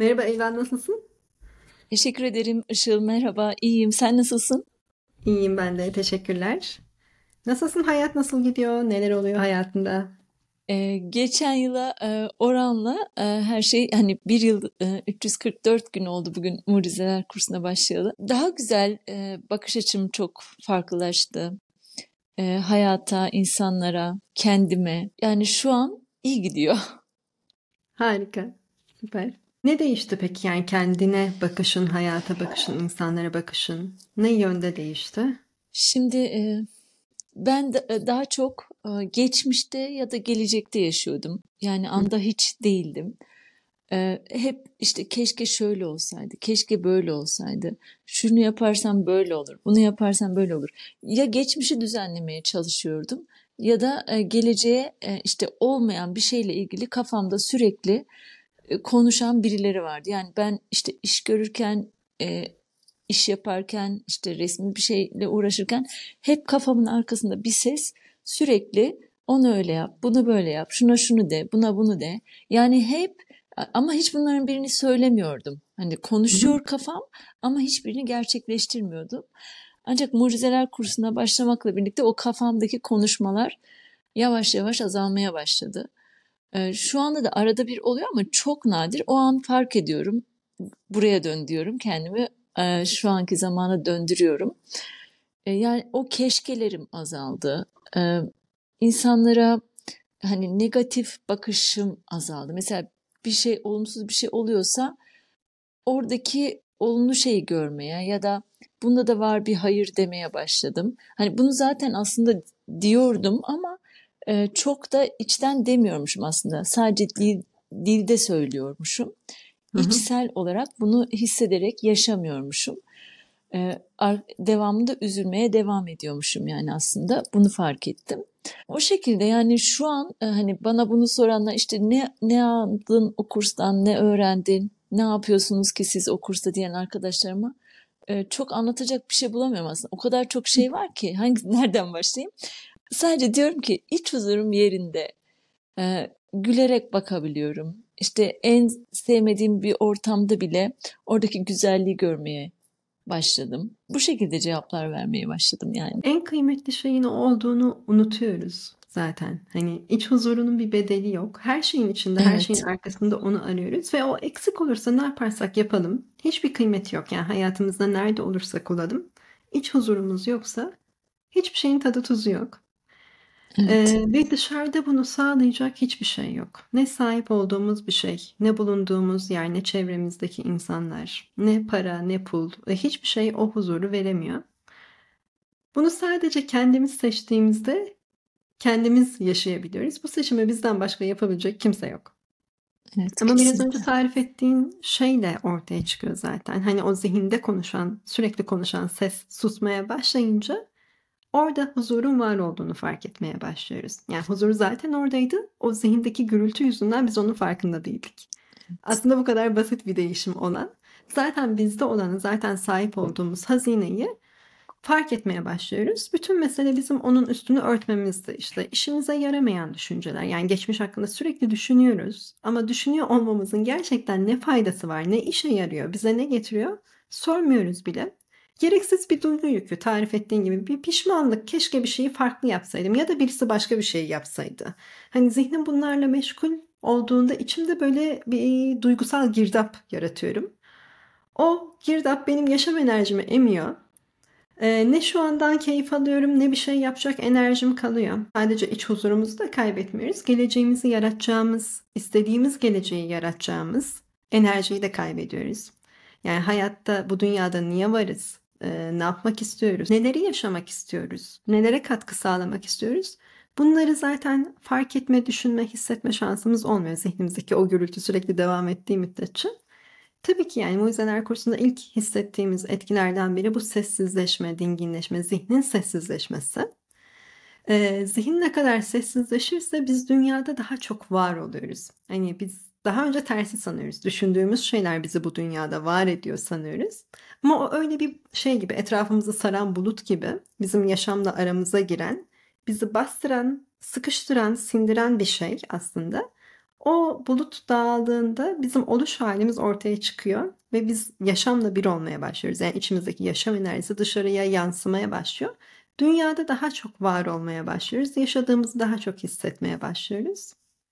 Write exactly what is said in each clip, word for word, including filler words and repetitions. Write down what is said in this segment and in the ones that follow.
Merhaba Eyvan, nasılsın? Teşekkür ederim Işıl. Merhaba, iyiyim. Sen nasılsın? İyiyim ben de, teşekkürler. Nasılsın? Hayat nasıl gidiyor? Neler oluyor hayatında? Ee, geçen yıla e, oranla e, her şey hani bir yıl e, üç yüz kırk dört gün oldu bugün Mucizeler kursuna başlayalı. Daha güzel e, bakış açım çok farklılaştı. E, hayata, insanlara, kendime. Yani şu an iyi gidiyor. Harika, süper. Ne değişti peki, yani kendine bakışın, hayata bakışın, insanlara bakışın? Ne yönde değişti? Şimdi e, ben de, e, daha çok e, geçmişte ya da gelecekte yaşıyordum. Yani Hı anda hiç değildim. Eee, hep işte keşke şöyle olsaydı, keşke böyle olsaydı, şunu yaparsam böyle olur, bunu yaparsam böyle olur. Ya geçmişi düzenlemeye çalışıyordum ya da e, geleceğe e, işte olmayan bir şeyle ilgili kafamda sürekli e, konuşan birileri vardı. Yani ben işte iş görürken, e, iş yaparken, işte resmi bir şeyle uğraşırken hep kafamın arkasında bir ses sürekli onu öyle yap, bunu böyle yap, şuna şunu de, buna bunu de. Yani hep ama hiç bunların birini söylemiyordum. Hani hı. konuşuyor kafam ama hiçbirini gerçekleştirmiyordum. Ancak mucizeler kursuna başlamakla birlikte o kafamdaki konuşmalar yavaş yavaş azalmaya başladı. Ee, şu anda da arada bir oluyor ama çok nadir. O an fark ediyorum. Buraya dön diyorum kendimi. Ee, şu anki zamana döndürüyorum. Ee, yani o keşkelerim azaldı. Ee, insanlara hani negatif bakışım azaldı. Mesela bir şey olumsuz bir şey oluyorsa oradaki olumlu şeyi görmeye ya da bunda da var bir hayır demeye başladım. Hani bunu zaten aslında diyordum ama e, çok da içten demiyormuşum aslında. Sadece dil, dilde söylüyormuşum. Hı hı. İçsel olarak bunu hissederek yaşamıyormuşum. E, ar- devamında üzülmeye devam ediyormuşum yani aslında bunu fark ettim. O şekilde yani şu an e, hani bana bunu soranlar işte ne ne aldın o kurstan, ne öğrendin, ne yapıyorsunuz ki siz o kursta diyen arkadaşlarıma e, çok anlatacak bir şey bulamıyorum aslında. O kadar çok şey var ki hangi nereden başlayayım? Sadece diyorum ki iç huzurum yerinde. E, gülerek bakabiliyorum. İşte en sevmediğim bir ortamda bile oradaki güzelliği görmeye başladım. Bu şekilde cevaplar vermeye başladım yani. En kıymetli şeyin o olduğunu unutuyoruz zaten. Hani iç huzurunun bir bedeli yok. Her şeyin içinde, her şeyin Evet, arkasında onu arıyoruz ve o eksik olursa ne yaparsak yapalım hiçbir kıymeti yok. Yani hayatımızda nerede olursak olalım, iç huzurumuz yoksa hiçbir şeyin tadı tuzu yok. evet, Ee, ve dışarıda bunu sağlayacak hiçbir şey yok. Ne sahip olduğumuz bir şey, ne bulunduğumuz yer, ne çevremizdeki insanlar, ne para, ne pul, ve hiçbir şey o huzuru veremiyor. Bunu sadece kendimiz seçtiğimizde kendimiz yaşayabiliyoruz. Bu seçimi bizden başka yapabilecek kimse yok. evet, Ama biraz önce kesinlikle. tarif ettiğin şeyle ortaya çıkıyor zaten. Hani o zihinde konuşan, sürekli konuşan ses susmaya başlayınca orada huzurun var olduğunu fark etmeye başlıyoruz. Yani huzur zaten oradaydı. O zihindeki gürültü yüzünden biz onun farkında değildik. Aslında bu kadar basit bir değişim olan. Zaten bizde olanı, zaten sahip olduğumuz hazineyi fark etmeye başlıyoruz. Bütün mesele bizim onun üstünü örtmemizdi. İşte işimize yaramayan düşünceler. Yani geçmiş hakkında sürekli düşünüyoruz. Ama düşünüyor olmamızın gerçekten ne faydası var, ne işe yarıyor, bize ne getiriyor sormuyoruz bile. Gereksiz bir duygu yükü, tarif ettiğin gibi bir pişmanlık, keşke bir şeyi farklı yapsaydım ya da birisi başka bir şey yapsaydı. Hani zihnim bunlarla meşgul olduğunda içimde böyle bir duygusal girdap yaratıyorum. O girdap benim yaşam enerjimi emiyor. Ee, ne şu andan keyif alıyorum ne bir şey yapacak enerjim kalıyor. Sadece iç huzurumuzu da kaybetmiyoruz. Geleceğimizi yaratacağımız, istediğimiz geleceği yaratacağımız enerjiyi de kaybediyoruz. Yani hayatta, bu dünyada niye varız? Ee, ne yapmak istiyoruz? Neleri yaşamak istiyoruz? Nelere katkı sağlamak istiyoruz? Bunları zaten fark etme, düşünme, hissetme şansımız olmuyor zihnimizdeki o gürültü sürekli devam ettiği müddetçe. Tabii ki yani Mucizeler Kursu'nda ilk hissettiğimiz etkilerden biri bu sessizleşme, dinginleşme, zihnin sessizleşmesi. Ee, zihin ne kadar sessizleşirse biz dünyada daha çok var oluyoruz. Hani biz daha önce tersi sanıyoruz. Düşündüğümüz şeyler bizi bu dünyada var ediyor sanıyoruz. Ama o öyle bir şey gibi, etrafımızı saran bulut gibi, bizim yaşamla aramıza giren, bizi bastıran, sıkıştıran, sindiren bir şey aslında. O bulut dağıldığında bizim oluş halimiz ortaya çıkıyor ve biz yaşamla bir olmaya başlıyoruz. Yani içimizdeki yaşam enerjisi dışarıya yansımaya başlıyor. Dünyada daha çok var olmaya başlıyoruz. Yaşadığımızı daha çok hissetmeye başlıyoruz.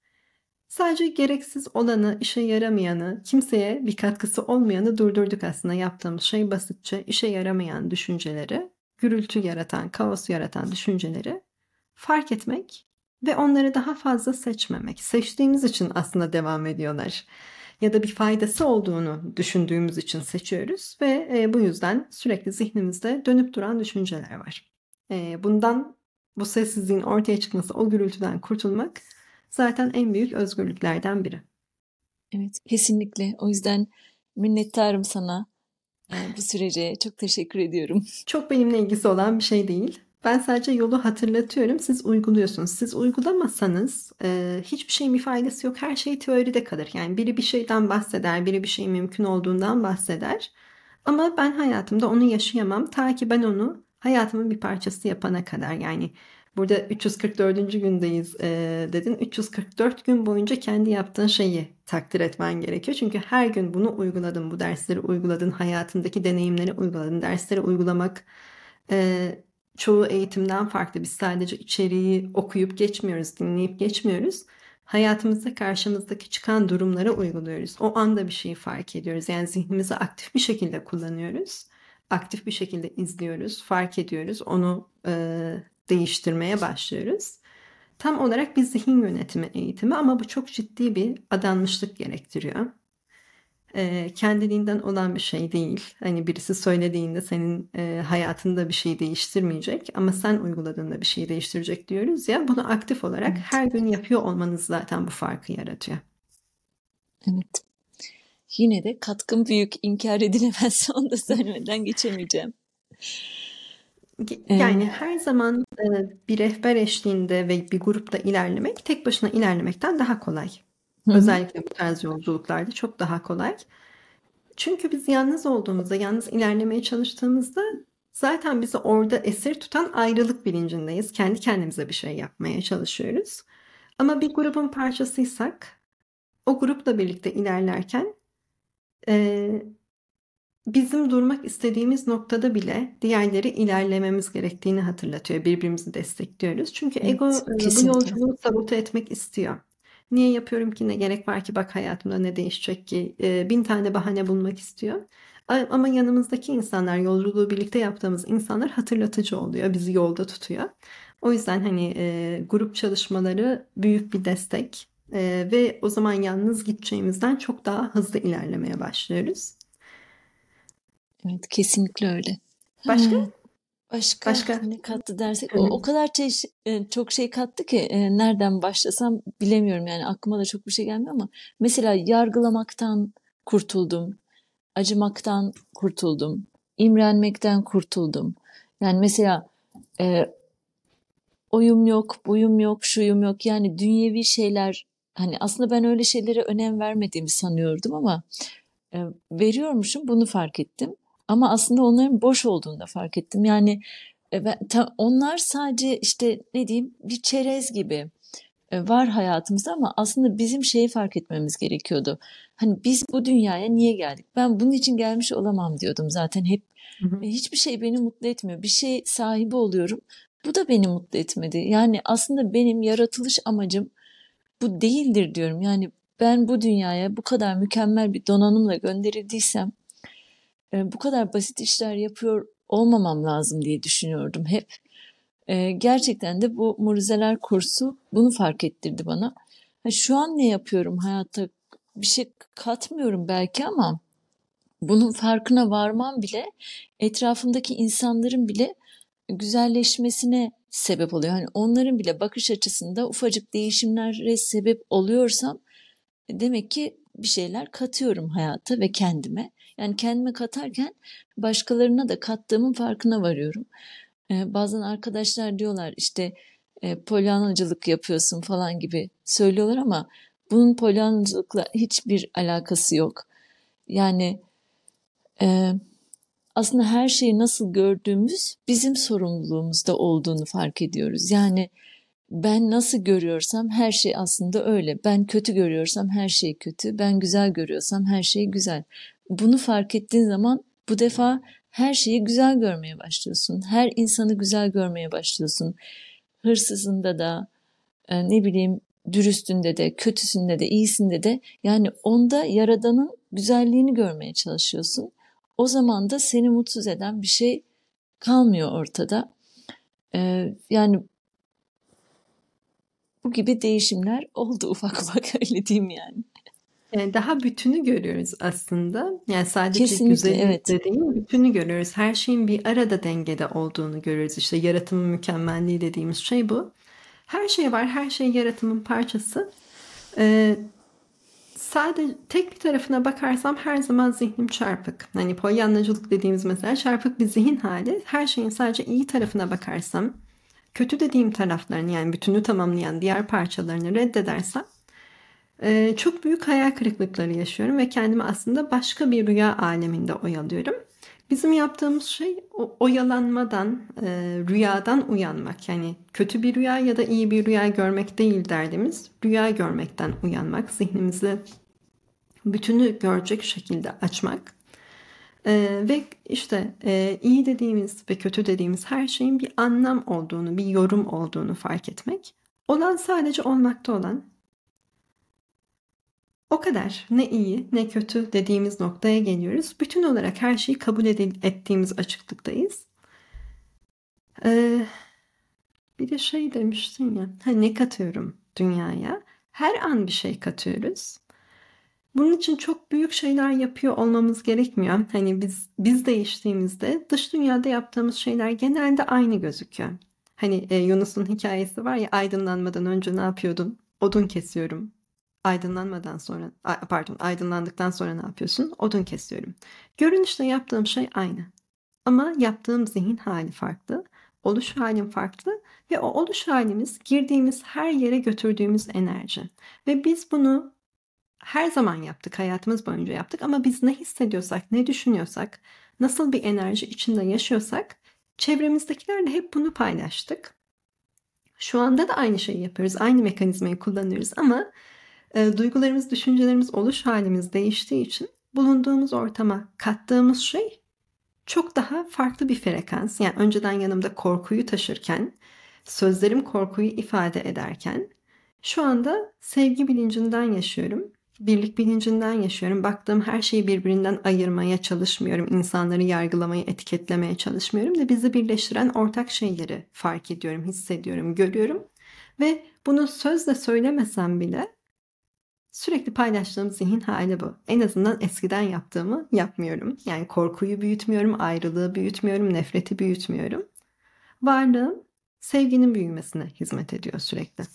Sadece gereksiz olanı, işe yaramayanı, kimseye bir katkısı olmayanı durdurduk aslında. Yaptığımız şey basitçe işe yaramayan düşünceleri, gürültü yaratan, kaos yaratan düşünceleri fark etmek ve onları daha fazla seçmemek. Seçtiğimiz için aslında devam ediyorlar. Ya da bir faydası olduğunu düşündüğümüz için seçiyoruz ve e, bu yüzden sürekli zihnimizde dönüp duran düşünceler var. E, bundan, bu sessizliğin ortaya çıkması, o gürültüden kurtulmak zaten en büyük özgürlüklerden biri. Evet, kesinlikle. O yüzden minnettarım sana. Ee, bu sürece çok teşekkür ediyorum. Çok benimle ilgisi olan bir şey değil. Ben sadece yolu hatırlatıyorum. Siz uyguluyorsunuz. Siz uygulamasanız e, hiçbir şeyin bir faydası yok. Her şey teoride kalır. Yani biri bir şeyden bahseder, biri bir şeyin mümkün olduğundan bahseder. Ama ben hayatımda onu yaşayamam. Ta ki ben onu hayatımın bir parçası yapana kadar. Yani burada üç yüz kırk dördüncü gündeyiz e, dedin. üç yüz kırk dört gün boyunca kendi yaptığın şeyi takdir etmen gerekiyor. Çünkü her gün bunu uyguladın, bu dersleri uyguladın, hayatındaki deneyimleri uyguladın. Dersleri uygulamak e, çoğu eğitimden farklı. Biz sadece içeriği okuyup geçmiyoruz, dinleyip geçmiyoruz. Hayatımızda karşımızdaki çıkan durumlara uyguluyoruz. O anda bir şeyi fark ediyoruz. Yani zihnimizi aktif bir şekilde kullanıyoruz. Aktif bir şekilde izliyoruz, fark ediyoruz. Onu e, değiştirmeye başlıyoruz. Tam olarak bir zihin yönetimi eğitimi ama bu çok ciddi bir adanmışlık gerektiriyor. E, kendiliğinden olan bir şey değil. Hani birisi söylediğinde senin e, hayatında bir şey değiştirmeyecek ama sen uyguladığında bir şey değiştirecek diyoruz ya. Bunu aktif olarak Evet. her gün yapıyor olmanız zaten bu farkı yaratıyor. Evet. Yine de katkım büyük. İnkar edilemezse onu da söylemeden geçemeyeceğim. Yani Ee, her zaman e, bir rehber eşliğinde ve bir grupta ilerlemek tek başına ilerlemekten daha kolay. hı hı. Özellikle bu tarz yolculuklarda çok daha kolay. Çünkü biz yalnız olduğumuzda, yalnız ilerlemeye çalıştığımızda zaten bizi orada esir tutan ayrılık bilincindeyiz. Kendi kendimize bir şey yapmaya çalışıyoruz. Ama bir grubun parçasıysak, o grupla birlikte ilerlerken e, bizim durmak istediğimiz noktada bile diğerleri ilerlememiz gerektiğini hatırlatıyor. Birbirimizi destekliyoruz. Çünkü ego Evet, e, bu kesinlikle. yolculuğu sabote etmek istiyor. Niye yapıyorum ki, ne gerek var ki, bak hayatımda ne değişecek ki, E, bin tane bahane bulmak istiyor. A- Ama yanımızdaki insanlar, yolculuğu birlikte yaptığımız insanlar hatırlatıcı oluyor, bizi yolda tutuyor. O yüzden hani e, grup çalışmaları büyük bir destek. E, ve o zaman yalnız gideceğimizden çok daha hızlı ilerlemeye başlıyoruz. Evet, kesinlikle öyle. Başka? Ha, başka Başka? ne kattı dersek Hı o, hı. o kadar çeş- e, çok şey kattı ki e, nereden başlasam bilemiyorum, yani aklıma da çok bir şey gelmiyor ama mesela yargılamaktan kurtuldum, acımaktan kurtuldum, imrenmekten kurtuldum. Yani mesela e, oyum yok, buyum yok, şuyum yok. Yani dünyevi şeyler, hani aslında ben öyle şeylere önem vermediğimi sanıyordum ama e, veriyormuşum, bunu fark ettim. Ama aslında onların boş olduğunu da fark ettim. Yani e, ben, ta- onlar sadece işte ne diyeyim bir çerez gibi e, var hayatımızda ama aslında bizim şeyi fark etmemiz gerekiyordu. Hani biz bu dünyaya niye geldik? Ben bunun için gelmiş olamam diyordum zaten hep. Hı hı. E, hiçbir şey beni mutlu etmiyor. Bir şey sahibi oluyorum. Bu da beni mutlu etmedi. Yani aslında benim yaratılış amacım bu değildir diyorum. Yani ben bu dünyaya bu kadar mükemmel bir donanımla gönderildiysem e, bu kadar basit işler yapıyor olmamam lazım diye düşünüyordum hep. E, gerçekten de bu mucizeler kursu bunu fark ettirdi bana. Ha, şu an ne yapıyorum hayatta? Bir şey katmıyorum belki ama bunun farkına varmam bile etrafımdaki insanların bile güzelleşmesine sebep oluyor. Yani onların bile bakış açısında ufacık değişimlere sebep oluyorsam demek ki bir şeyler katıyorum hayata ve kendime. Yani kendime katarken başkalarına da kattığımın farkına varıyorum. Ee, bazen arkadaşlar diyorlar işte e, polyanacılık yapıyorsun falan gibi söylüyorlar ama bunun polyanacılıkla hiçbir alakası yok. Yani e, aslında her şeyi nasıl gördüğümüz bizim sorumluluğumuzda olduğunu fark ediyoruz. Yani ben nasıl görüyorsam her şey aslında öyle. Ben kötü görüyorsam her şey kötü. Ben güzel görüyorsam her şey güzel. Bunu fark ettiğin zaman bu defa her şeyi güzel görmeye başlıyorsun. Her insanı güzel görmeye başlıyorsun. Hırsızında da, e, ne bileyim, dürüstünde de, kötüsünde de, iyisinde de, yani onda Yaradan'ın güzelliğini görmeye çalışıyorsun. O zaman da seni mutsuz eden bir şey kalmıyor ortada. Ee, yani bu gibi değişimler oldu ufak ufak, öyle diyeyim yani. Yani daha bütünü görüyoruz aslında. Yani sadece Kesinlikle, güzellik evet. dediğim bütünü görüyoruz. Her şeyin bir arada dengede olduğunu görüyoruz. İşte yaratımın mükemmelliği dediğimiz şey bu. Her şey var, her şey yaratımın parçası. Ee, sadece tek bir tarafına bakarsam her zaman zihnim çarpık. Hani polyanlacılık dediğimiz mesela çarpık bir zihin hali. Her şeyin sadece iyi tarafına bakarsam, kötü dediğim taraflarını, yani bütünü tamamlayan diğer parçalarını reddedersem Ee, çok büyük hayal kırıklıkları yaşıyorum ve kendimi aslında başka bir rüya aleminde oyalıyorum. Bizim yaptığımız şey o oyalanmadan, e, rüyadan uyanmak. Yani kötü bir rüya ya da iyi bir rüya görmek değil derdimiz. Rüya görmekten uyanmak, zihnimizi bütünü görecek şekilde açmak. Ee, ve işte e, iyi dediğimiz ve kötü dediğimiz her şeyin bir anlam olduğunu, bir yorum olduğunu fark etmek. Olan sadece olmakta olan. O kadar. Ne iyi ne kötü dediğimiz noktaya geliyoruz. Bütün olarak her şeyi kabul edil- ettiğimiz açıklıktayız. Ee, bir de şey demiştin ya. Ha, ne katıyorum dünyaya? Her an bir şey katıyoruz. Bunun için çok büyük şeyler yapıyor olmamız gerekmiyor. Hani biz biz değiştiğimizde dış dünyada yaptığımız şeyler genelde aynı gözüküyor. Hani e, Yunus'un hikayesi var ya, aydınlanmadan önce ne yapıyordun? Odun kesiyorum. Aydınlanmadan sonra, pardon, aydınlandıktan sonra ne yapıyorsun? Odun kesiyorum. Görünüşte yaptığım şey aynı. Ama yaptığım zihin hali farklı. Oluş halim farklı ve o oluş halimiz girdiğimiz her yere götürdüğümüz enerji. Ve biz bunu her zaman yaptık, hayatımız boyunca yaptık ama biz ne hissediyorsak, ne düşünüyorsak, nasıl bir enerji içinde yaşıyorsak çevremizdekilerle hep bunu paylaştık. Şu anda da aynı şeyi yapıyoruz, aynı mekanizmayı kullanıyoruz ama e, duygularımız, düşüncelerimiz, oluş halimiz değiştiği için bulunduğumuz ortama kattığımız şey çok daha farklı bir frekans. Yani önceden yanımda korkuyu taşırken, sözlerim korkuyu ifade ederken şu anda sevgi bilincinden yaşıyorum. Birlik bilincinden yaşıyorum. Baktığım her şeyi birbirinden ayırmaya çalışmıyorum. İnsanları yargılamaya, etiketlemeye çalışmıyorum da bizi birleştiren ortak şeyleri fark ediyorum, hissediyorum, görüyorum. Ve bunu sözle söylemesem bile sürekli paylaştığım zihin hali bu. En azından eskiden yaptığımı yapmıyorum. Yani korkuyu büyütmüyorum, ayrılığı büyütmüyorum, nefreti büyütmüyorum. Varlığım sevginin büyümesine hizmet ediyor sürekli.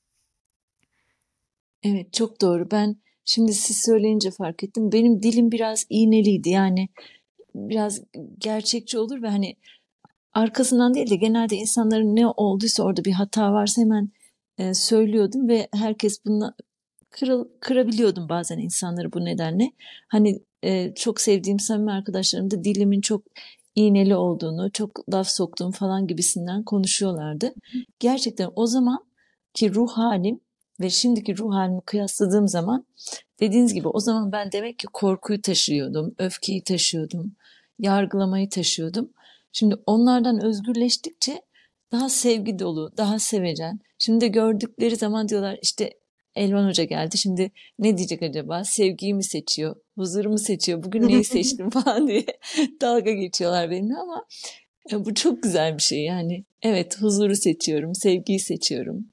Evet, çok doğru. Ben şimdi siz söyleyince fark ettim. Benim dilim biraz iğneliydi. Yani biraz gerçekçi olur ve hani arkasından değil de genelde insanların ne olduysa, orada bir hata varsa hemen e, söylüyordum ve herkes bununla kırıl, kırabiliyordum bazen insanları bu nedenle. Hani e, çok sevdiğim samimi arkadaşlarım da dilimin çok iğneli olduğunu, çok laf soktuğum falan gibisinden konuşuyorlardı. Gerçekten o zaman ki ruh halim ve şimdiki ruh halimi kıyasladığım zaman, dediğiniz gibi o zaman ben demek ki korkuyu taşıyordum, öfkeyi taşıyordum, yargılamayı taşıyordum. Şimdi onlardan özgürleştikçe daha sevgi dolu, daha sevecen. Şimdi gördükleri zaman diyorlar işte Elvan Hoca geldi. Şimdi ne diyecek acaba? Sevgiyi mi seçiyor? Huzuru mu seçiyor? Bugün neyi seçtim falan diye dalga geçiyorlar benimle ama e, bu çok güzel bir şey yani. Evet, huzuru seçiyorum, sevgiyi seçiyorum.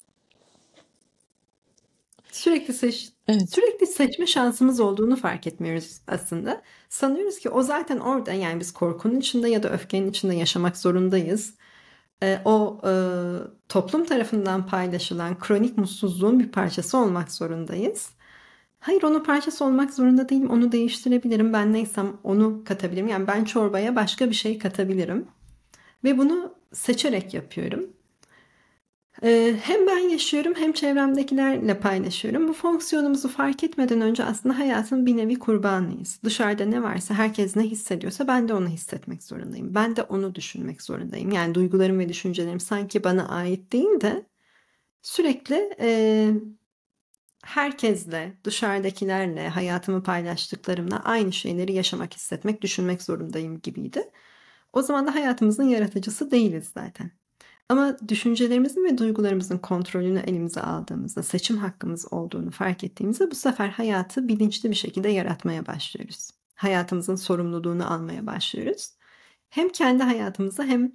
Sürekli seç, Evet. sürekli seçme şansımız olduğunu fark etmiyoruz aslında. Sanıyoruz ki o zaten orada, yani biz korkunun içinde ya da öfkenin içinde yaşamak zorundayız. E, o e, toplum tarafından paylaşılan kronik mutsuzluğun bir parçası olmak zorundayız. Hayır, onun parçası olmak zorunda değilim. Onu değiştirebilirim. Ben neysem onu katabilirim. Yani ben çorbaya başka bir şey katabilirim. Ve bunu seçerek yapıyorum. Ee, hem ben yaşıyorum hem çevremdekilerle paylaşıyorum. Bu fonksiyonumuzu fark etmeden önce aslında hayatın bir nevi kurbanıyız. Dışarıda ne varsa, herkes ne hissediyorsa ben de onu hissetmek zorundayım. Ben de onu düşünmek zorundayım. Yani duygularım ve düşüncelerim sanki bana ait değil de sürekli e, herkesle, dışarıdakilerle, hayatımı paylaştıklarımla aynı şeyleri yaşamak, hissetmek, düşünmek zorundayım gibiydi. O zaman da hayatımızın yaratıcısı değiliz zaten. Ama düşüncelerimizin ve duygularımızın kontrolünü elimize aldığımızda, seçim hakkımız olduğunu fark ettiğimizde bu sefer hayatı bilinçli bir şekilde yaratmaya başlıyoruz. Hayatımızın sorumluluğunu almaya başlıyoruz. Hem kendi hayatımıza hem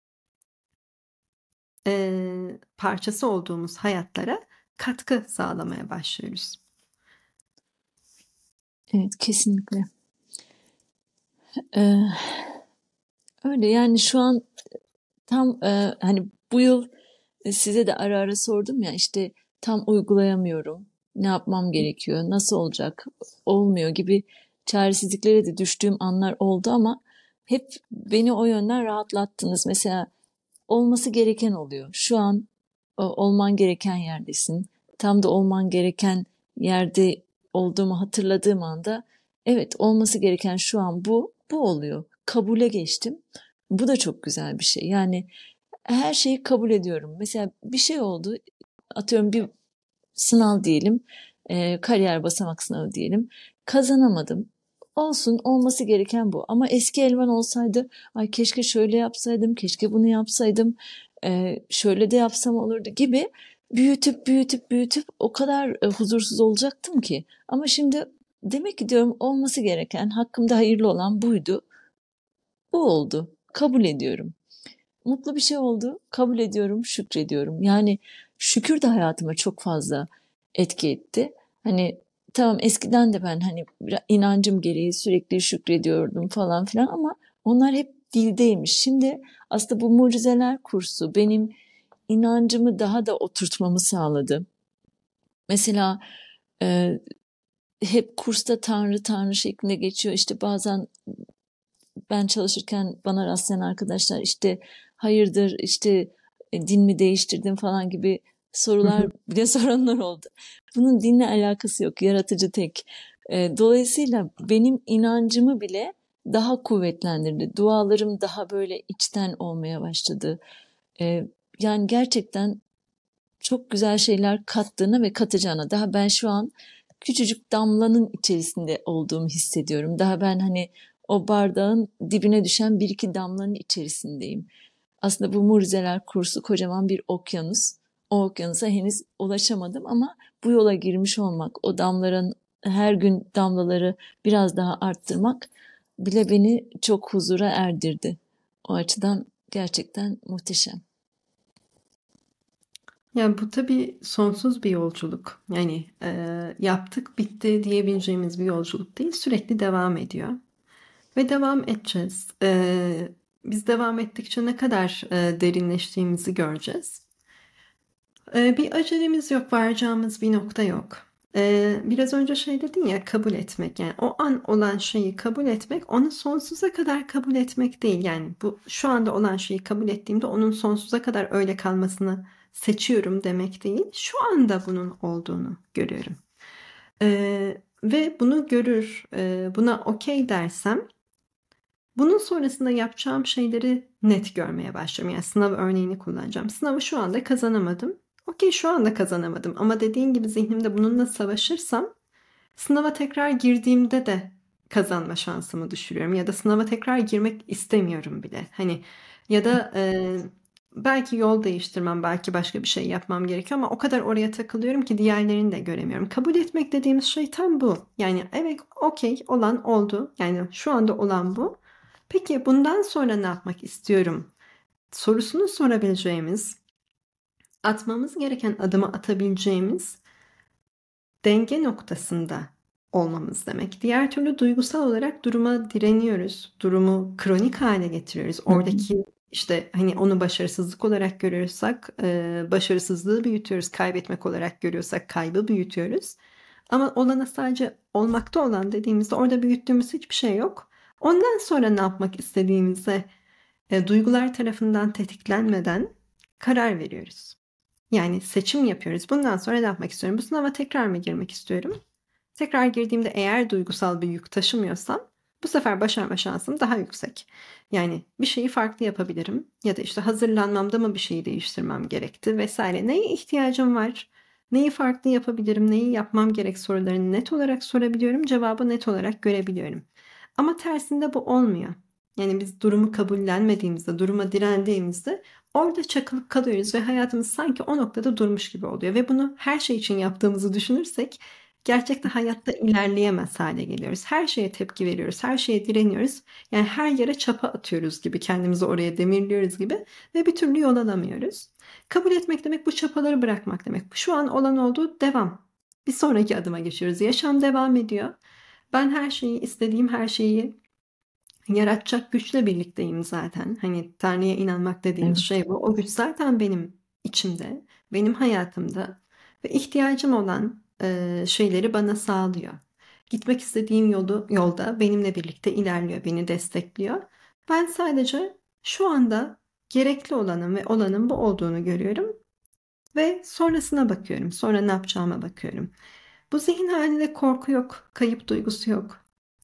e, parçası olduğumuz hayatlara katkı sağlamaya başlıyoruz. Evet, kesinlikle. Ee, öyle yani şu an tam e, hani bu yıl e, size de ara ara sordum ya, işte tam uygulayamıyorum. Ne yapmam gerekiyor? Nasıl olacak? Olmuyor gibi çaresizliklere de düştüğüm anlar oldu ama hep beni o yönden rahatlattınız. Mesela olması gereken oluyor. Şu an o, olman gereken yerdesin. Tam da olman gereken yerde olduğumu hatırladığım anda evet, olması gereken şu an bu, bu oluyor. Kabule geçtim. Bu da çok güzel bir şey. Yani her şeyi kabul ediyorum. Mesela bir şey oldu. Atıyorum bir sınav diyelim. E, kariyer basamak sınavı diyelim. Kazanamadım. Olsun, olması gereken bu. Ama eski Elvan olsaydı, ay keşke şöyle yapsaydım, keşke bunu yapsaydım, e, şöyle de yapsam olurdu gibi büyütüp büyütüp büyütüp o kadar e, huzursuz olacaktım ki. Ama şimdi demek ki diyorum, olması gereken, hakkımda hayırlı olan buydu. Bu oldu. Kabul ediyorum. Mutlu bir şey oldu. Kabul ediyorum, şükrediyorum. Yani şükür de hayatıma çok fazla etki etti. Hani tamam, eskiden de ben hani inancım gereği sürekli şükrediyordum falan filan ama onlar hep dildeymiş. Şimdi aslında bu mucizeler kursu benim inancımı daha da oturtmamı sağladı. Mesela e, hep kursta Tanrı Tanrı şeklinde geçiyor. İşte bazen ben çalışırken bana rastlayan arkadaşlar işte hayırdır, işte e, din mi değiştirdin falan gibi sorular bile soranlar oldu. Bunun dinle alakası yok. Yaratıcı tek. E, dolayısıyla benim inancımı bile daha kuvvetlendirdi. Dualarım daha böyle içten olmaya başladı. E, yani gerçekten çok güzel şeyler kattığına ve katacağına. Daha ben şu an küçücük damlanın içerisinde olduğumu hissediyorum. Daha ben hani o bardağın dibine düşen bir iki damlanın içerisindeyim. Aslında bu mucizeler kursu kocaman bir okyanus. O okyanusa henüz ulaşamadım ama bu yola girmiş olmak, o damların her gün damlaları biraz daha arttırmak bile beni çok huzura erdirdi. O açıdan gerçekten muhteşem. Yani bu tabii sonsuz bir yolculuk. Yani e, yaptık bitti diyebileceğimiz bir yolculuk değil. Sürekli devam ediyor. Ve devam edeceğiz. E, biz devam ettikçe ne kadar e, derinleştiğimizi göreceğiz. E, bir acelemiz yok, varacağımız bir nokta yok. E, biraz önce şey dedin ya, kabul etmek. Yani o an olan şeyi kabul etmek, onu sonsuza kadar kabul etmek değil. Yani bu şu anda olan şeyi kabul ettiğimde onun sonsuza kadar öyle kalmasını seçiyorum demek değil. Şu anda bunun olduğunu görüyorum. E, ve bunu görür, e, buna okey dersem, bunun sonrasında yapacağım şeyleri net görmeye başlıyorum. Yani sınav örneğini kullanacağım. Sınavı şu anda kazanamadım. Okey, şu anda kazanamadım. Ama dediğin gibi zihnimde bununla savaşırsam sınava tekrar girdiğimde de kazanma şansımı düşürüyorum. Ya da sınava tekrar girmek istemiyorum bile. Hani ya da e, belki yol değiştirmem, belki başka bir şey yapmam gerekiyor ama o kadar oraya takılıyorum ki diğerlerini de göremiyorum. Kabul etmek dediğimiz şey tam bu. Yani evet, okey, olan oldu. Yani şu anda olan bu. Peki bundan sonra ne yapmak istiyorum sorusunu sorabileceğimiz, atmamız gereken adımı atabileceğimiz denge noktasında olmamız demek. Diğer türlü duygusal olarak duruma direniyoruz. Durumu kronik hale getiriyoruz. Hı hı. Oradaki işte hani onu başarısızlık olarak görüyorsak e, başarısızlığı büyütüyoruz. Kaybetmek olarak görüyorsak kaybı büyütüyoruz. Ama olana sadece olmakta olan dediğimizde orada büyüttüğümüz hiçbir şey yok. Ondan sonra ne yapmak istediğimize e, duygular tarafından tetiklenmeden karar veriyoruz. Yani seçim yapıyoruz. Bundan sonra ne yapmak istiyorum? Bu sınava tekrar mı girmek istiyorum? Tekrar girdiğimde eğer duygusal bir yük taşımıyorsam Bu sefer başarma şansım daha yüksek. Yani bir şeyi farklı yapabilirim ya da işte hazırlanmamda mı bir şeyi değiştirmem gerekti vesaire. Neye ihtiyacım var? Neyi farklı yapabilirim? Neyi yapmam gerek sorularını net olarak sorabiliyorum. Cevabı net olarak görebiliyorum. Ama tersinde bu olmuyor. Yani biz durumu kabullenmediğimizde, duruma direndiğimizde orada çakılıp kalıyoruz ve hayatımız sanki o noktada durmuş gibi oluyor. Ve bunu her şey için yaptığımızı düşünürsek gerçekten hayatta ilerleyemez hale geliyoruz. Her şeye tepki veriyoruz, her şeye direniyoruz. Yani her yere çapa atıyoruz gibi, kendimizi oraya demirliyoruz gibi ve bir türlü yol alamıyoruz. Kabul etmek demek bu çapaları bırakmak demek. Şu an olan oldu, devam. Bir sonraki adıma geçiyoruz. Yaşam devam ediyor. Ben her şeyi, istediğim her şeyi yaratacak güçle birlikteyim zaten. Hani Tanrı'ya inanmak dediğimiz Evet. şey bu. O güç zaten benim içimde, benim hayatımda ve ihtiyacım olan e, şeyleri bana sağlıyor. Gitmek istediğim yolu yolda benimle birlikte ilerliyor, beni destekliyor. Ben sadece şu anda gerekli olanın ve olanın bu olduğunu görüyorum ve sonrasına bakıyorum. Sonra ne yapacağıma bakıyorum. Bu zihin halinde korku yok, kayıp duygusu yok.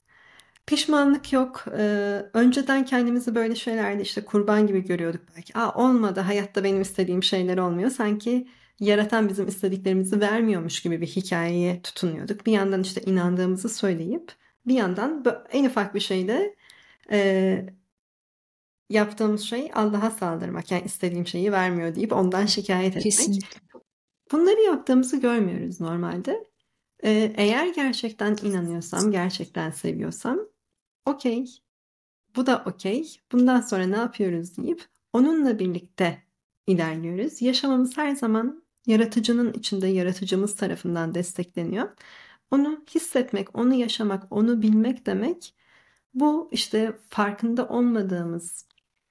Pişmanlık yok. Ee, önceden kendimizi böyle şeylerde işte kurban gibi görüyorduk belki. Aa, olmadı, hayatta benim istediğim şeyler olmuyor. Sanki yaratan bizim istediklerimizi vermiyormuş gibi bir hikayeye tutunuyorduk. Bir yandan işte inandığımızı söyleyip bir yandan en ufak bir şeyde e, yaptığımız şey Allah'a saldırmak. Yani istediğim şeyi vermiyor deyip ondan şikayet etmek. Kesinlikle. Bunları yaptığımızı görmüyoruz normalde. Ee, eğer gerçekten inanıyorsam, gerçekten seviyorsam, okey. Bu da okey. Bundan sonra ne yapıyoruz deyip onunla birlikte ilerliyoruz. Yaşamamız her zaman yaratıcının içinde, yaratıcımız tarafından destekleniyor. Onu hissetmek, onu yaşamak, onu bilmek demek bu işte farkında olmadığımız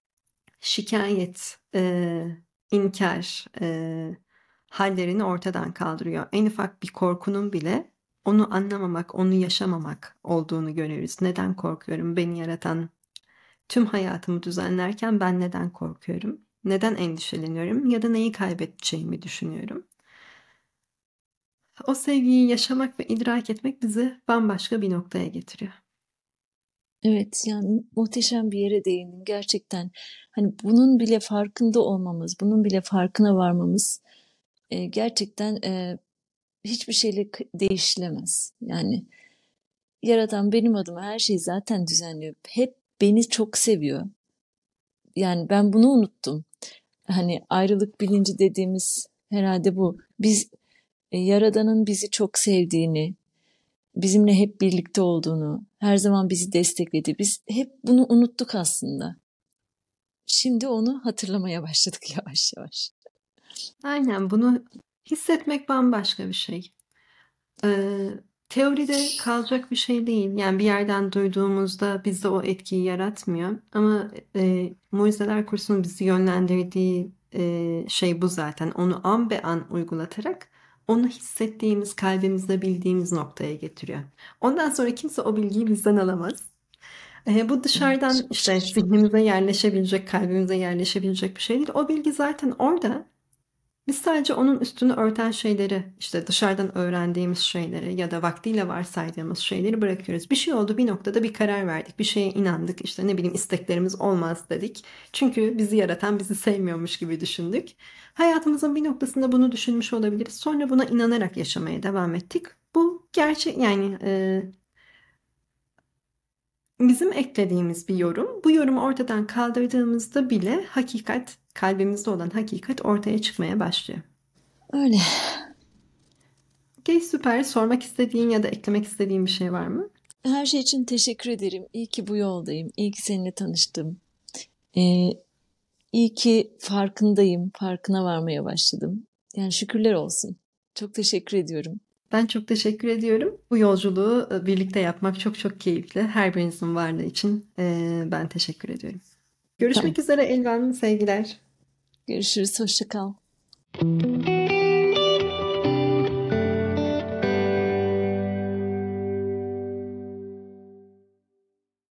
şikayet, e, inkar e, hallerini ortadan kaldırıyor. En ufak bir korkunun bile onu anlamamak, onu yaşamamak olduğunu görüyoruz. Neden korkuyorum? Beni yaratan tüm hayatımı düzenlerken ben neden korkuyorum? Neden endişeleniyorum? Ya da neyi kaybedeceğimi düşünüyorum? O sevgiyi yaşamak ve idrak etmek bizi bambaşka bir noktaya getiriyor. Evet, yani muhteşem bir yere değindin gerçekten. Hani bunun bile farkında olmamız, bunun bile farkına varmamız e, gerçekten e, hiçbir şeyle k- değişilemez. Yani Yaratan benim adıma her şeyi zaten düzenliyor. Hep beni çok seviyor. Yani ben bunu unuttum. Hani ayrılık bilinci dediğimiz herhalde bu. Biz e, Yaradan'ın bizi çok sevdiğini, bizimle hep birlikte olduğunu, her zaman bizi destekledi. Biz hep bunu unuttuk aslında. Şimdi onu hatırlamaya başladık yavaş yavaş. Aynen, bunu hissetmek bambaşka bir şey. Ee, teoride kalacak bir şey değil. Yani bir yerden duyduğumuzda bizde o etkiyi yaratmıyor. Ama e, Mucizeler Kursu'nun bizi yönlendirdiği e, şey bu zaten. Onu an be an uygulatarak onu hissettiğimiz, kalbimizde bildiğimiz noktaya getiriyor. Ondan sonra kimse o bilgiyi bizden alamaz. E, bu dışarıdan Evet. işte zihnimize yerleşebilecek, kalbimize yerleşebilecek bir şey değil. O bilgi zaten orada. Biz sadece onun üstünü örten şeyleri, işte dışarıdan öğrendiğimiz şeyleri ya da vaktiyle varsaydığımız şeyleri bırakıyoruz. Bir şey oldu, bir noktada bir karar verdik, bir şeye inandık, işte ne bileyim isteklerimiz olmaz dedik. Çünkü bizi yaratan bizi sevmiyormuş gibi düşündük. Hayatımızın bir noktasında bunu düşünmüş olabiliriz. Sonra buna inanarak yaşamaya devam ettik. Bu gerçek, yani e, bizim eklediğimiz bir yorum. Bu yorumu ortadan kaldırdığımızda bile hakikat, kalbimizde olan hakikat ortaya çıkmaya başlıyor. Öyle. Okey, süper. Sormak istediğin ya da eklemek istediğin bir şey var mı? Her şey için teşekkür ederim. İyi ki bu yoldayım. İyi ki seninle tanıştım. Ee, iyi ki farkındayım. Farkına varmaya başladım. Yani şükürler olsun. Çok teşekkür ediyorum. Ben çok teşekkür ediyorum. Bu yolculuğu e, birlikte yapmak çok çok keyifli. Her birinizin varlığı için e, ben teşekkür ediyorum. Tamam. Görüşmek üzere Elvan. Sevgiler. Görüşürüz. Hoşça kal.